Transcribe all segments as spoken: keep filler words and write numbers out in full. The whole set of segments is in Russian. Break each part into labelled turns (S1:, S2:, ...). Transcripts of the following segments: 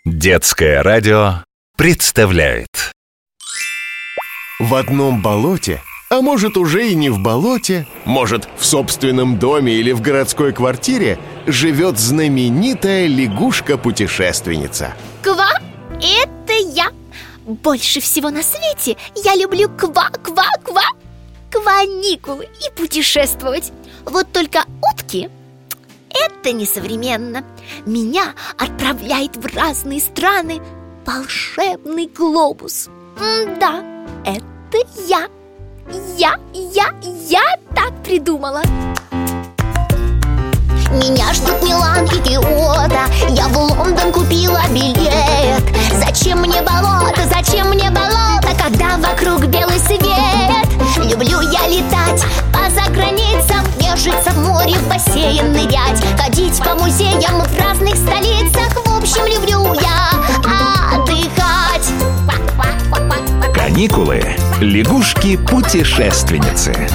S1: Детское радио представляет.
S2: В одном болоте, а может уже и не в болоте, может в собственном доме или в городской квартире, живет знаменитая лягушка-путешественница.
S3: Ква, это я! Больше всего на свете я люблю ква-ква-ква, кваникулы и путешествовать. Вот только утки — это несовременно. Меня отправляет в разные страны волшебный глобус. М-да, это я. Я, я, я так придумала.
S4: Меня ждут Милан и Киото. Я в Лондон купила билет. Зачем мне болото, зачем мне болото, когда вокруг белый свет? Люблю я летать по заграницам, нежиться в море, в бассейн нырять, ходить по музеям в разных столицах. В общем, люблю я отдыхать.
S1: Каникулы. Лягушки-путешественницы.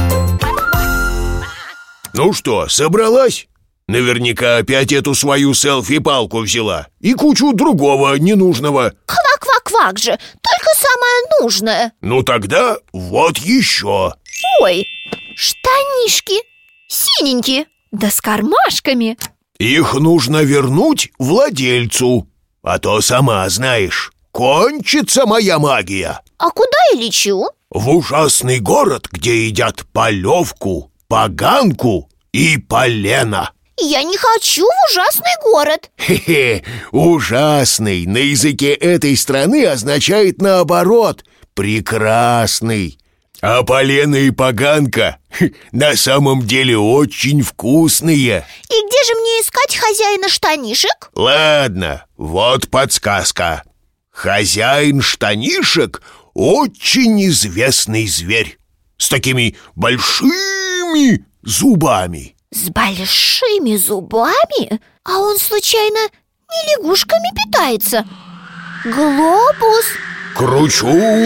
S5: Ну что, собралась? Наверняка опять эту свою селфи-палку взяла и кучу другого ненужного.
S3: Квак-квак-квак же, только самое нужное.
S5: Ну тогда вот еще.
S3: Ой, штанишки синенькие, да с кармашками.
S5: Их нужно вернуть владельцу, а то сама знаешь, кончится моя магия.
S3: А куда я лечу?
S5: В ужасный город, где едят полевку, поганку и полено.
S3: Я не хочу в ужасный город.
S5: Хе-хе, ужасный на языке этой страны означает наоборот, прекрасный. А полено и поганка на самом деле очень вкусные.
S3: И где же мне искать хозяина штанишек?
S5: Ладно, вот подсказка. Хозяин штанишек очень известный зверь с такими большими зубами.
S3: С большими зубами? А он случайно не лягушками питается? Глобус?
S5: Кручу,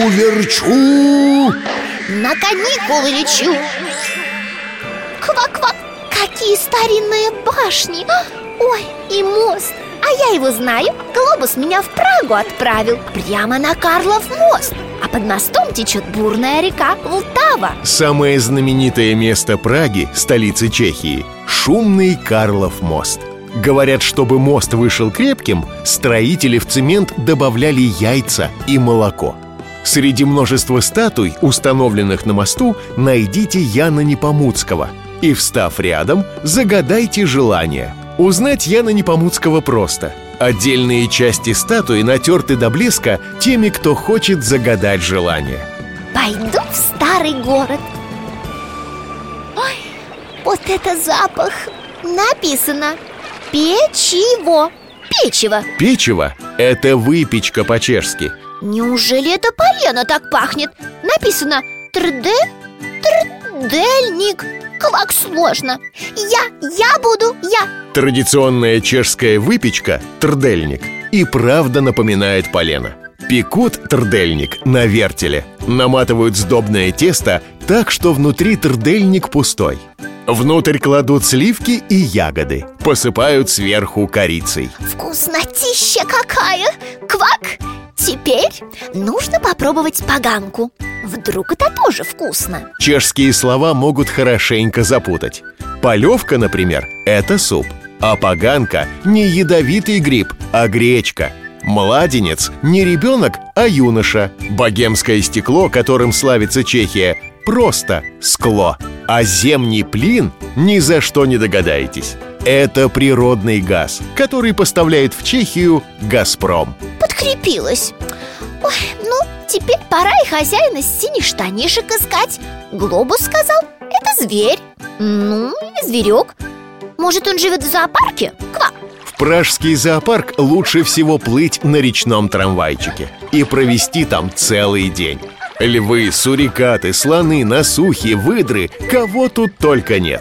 S5: верчу.
S3: На каникулы лечу. Квак-квак, какие старинные башни. Ой, и мост. А я его знаю. Глобус меня в Прагу отправил, прямо на Карлов мост. А под мостом течет бурная река Влтава.
S2: Самое знаменитое место Праги, столицы Чехии, шумный Карлов мост. Говорят, чтобы мост вышел крепким, строители в цемент добавляли яйца и молоко. Среди множества статуй, установленных на мосту, найдите Яна Непомуцкого и, встав рядом, загадайте желание. Узнать Яна Непомуцкого просто. Отдельные части статуи натерты до блеска теми, кто хочет загадать желание.
S3: Пойду в старый город. Ой, вот это запах. Написано печиво. Печиво.
S2: Печиво – это выпечка по-чешски.
S3: Неужели это полено так пахнет? Написано трде, трдельник. Как сложно. Я, я буду, я.
S2: Традиционная чешская выпечка – трдельник и правда напоминает полено. Пекут трдельник на вертеле. Наматывают сдобное тесто так, что внутри трдельник пустой. Внутрь кладут сливки и ягоды. Посыпают сверху корицей.
S3: Вкуснотища какая! Квак! Теперь нужно попробовать поганку. Вдруг это тоже вкусно.
S2: Чешские слова могут хорошенько запутать. Полевка, например, это суп. А поганка – не ядовитый гриб, а гречка. Младенец – не ребенок, а юноша. Богемское стекло, которым славится Чехия, просто скло. А зимний плин ни за что не догадаетесь. Это природный газ, который поставляет в Чехию «Газпром».
S3: Подкрепилась. Ой, ну, теперь пора и хозяина синих штанишек искать. Глобус сказал, это зверь. Ну, или зверек. Может, он живет в зоопарке? Ква.
S2: В пражский зоопарк лучше всего плыть на речном трамвайчике и провести там целый день. Львы, сурикаты, слоны, носухи, выдры, кого тут только нет.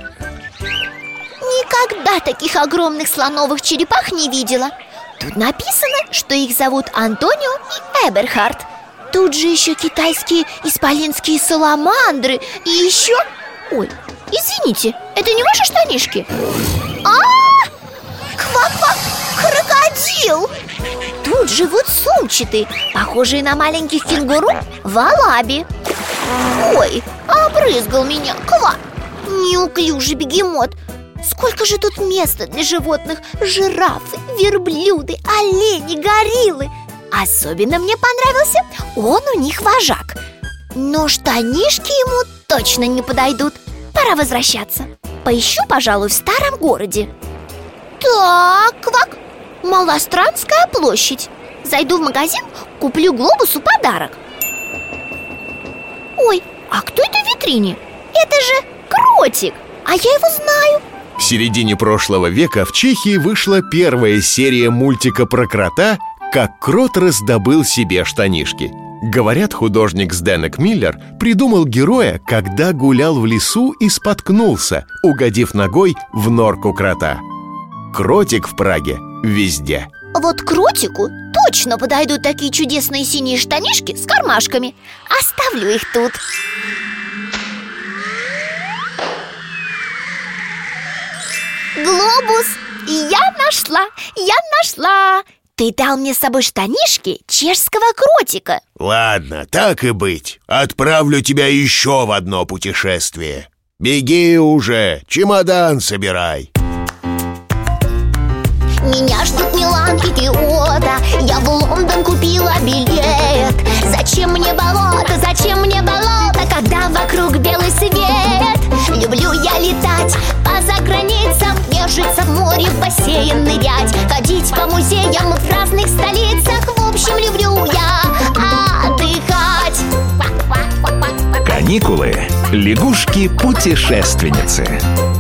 S3: Никогда таких огромных слоновых черепах не видела. Тут написано, что их зовут Антонио и Эберхард. Тут же еще китайские исполинские саламандры. И еще... Ой, извините, это не ваши штанишки? А-а-а! Ква-ква! Крокодил! тут живут сумчатые, похожие на маленьких кенгуру, валаби. Ой, обрызгал меня, ква! Неуклюжий бегемот. Сколько же тут места для животных: жирафы, верблюды, олени, гориллы. Особенно мне понравился он у них вожак. Но штанишки ему точно не подойдут. Пора возвращаться. Поищу, пожалуй, в старом городе. Так, квак, Малостранская площадь. Зайду в магазин, куплю глобусу подарок. Ой, а кто это в витрине? Это же кротик, а я его знаю.
S2: В середине прошлого века в Чехии вышла первая серия мультика про крота «Как крот раздобыл себе штанишки». Говорят, художник Сденек Миллер придумал героя, когда гулял в лесу и споткнулся, угодив ногой в норку крота. Кротик в Праге везде.
S3: Вот кротику точно подойдут такие чудесные синие штанишки с кармашками. Оставлю их тут. Глобус, я нашла, я нашла. Ты дал мне с собой штанишки чешского кротика.
S5: Ладно, так и быть. Отправлю тебя еще в одно путешествие. Беги уже, чемодан собирай.
S4: Меня ждут Милан и Киото. Я в Лондон купила билет. Зачем мне болото, зачем мне болото, когда вокруг белый свет? Люблю я летать по заграницам, нежиться в море, в бассейн нырять, ходить по музеям в разных столицах. В общем, люблю я отдыхать.
S1: Каникулы. Лягушки-путешественницы.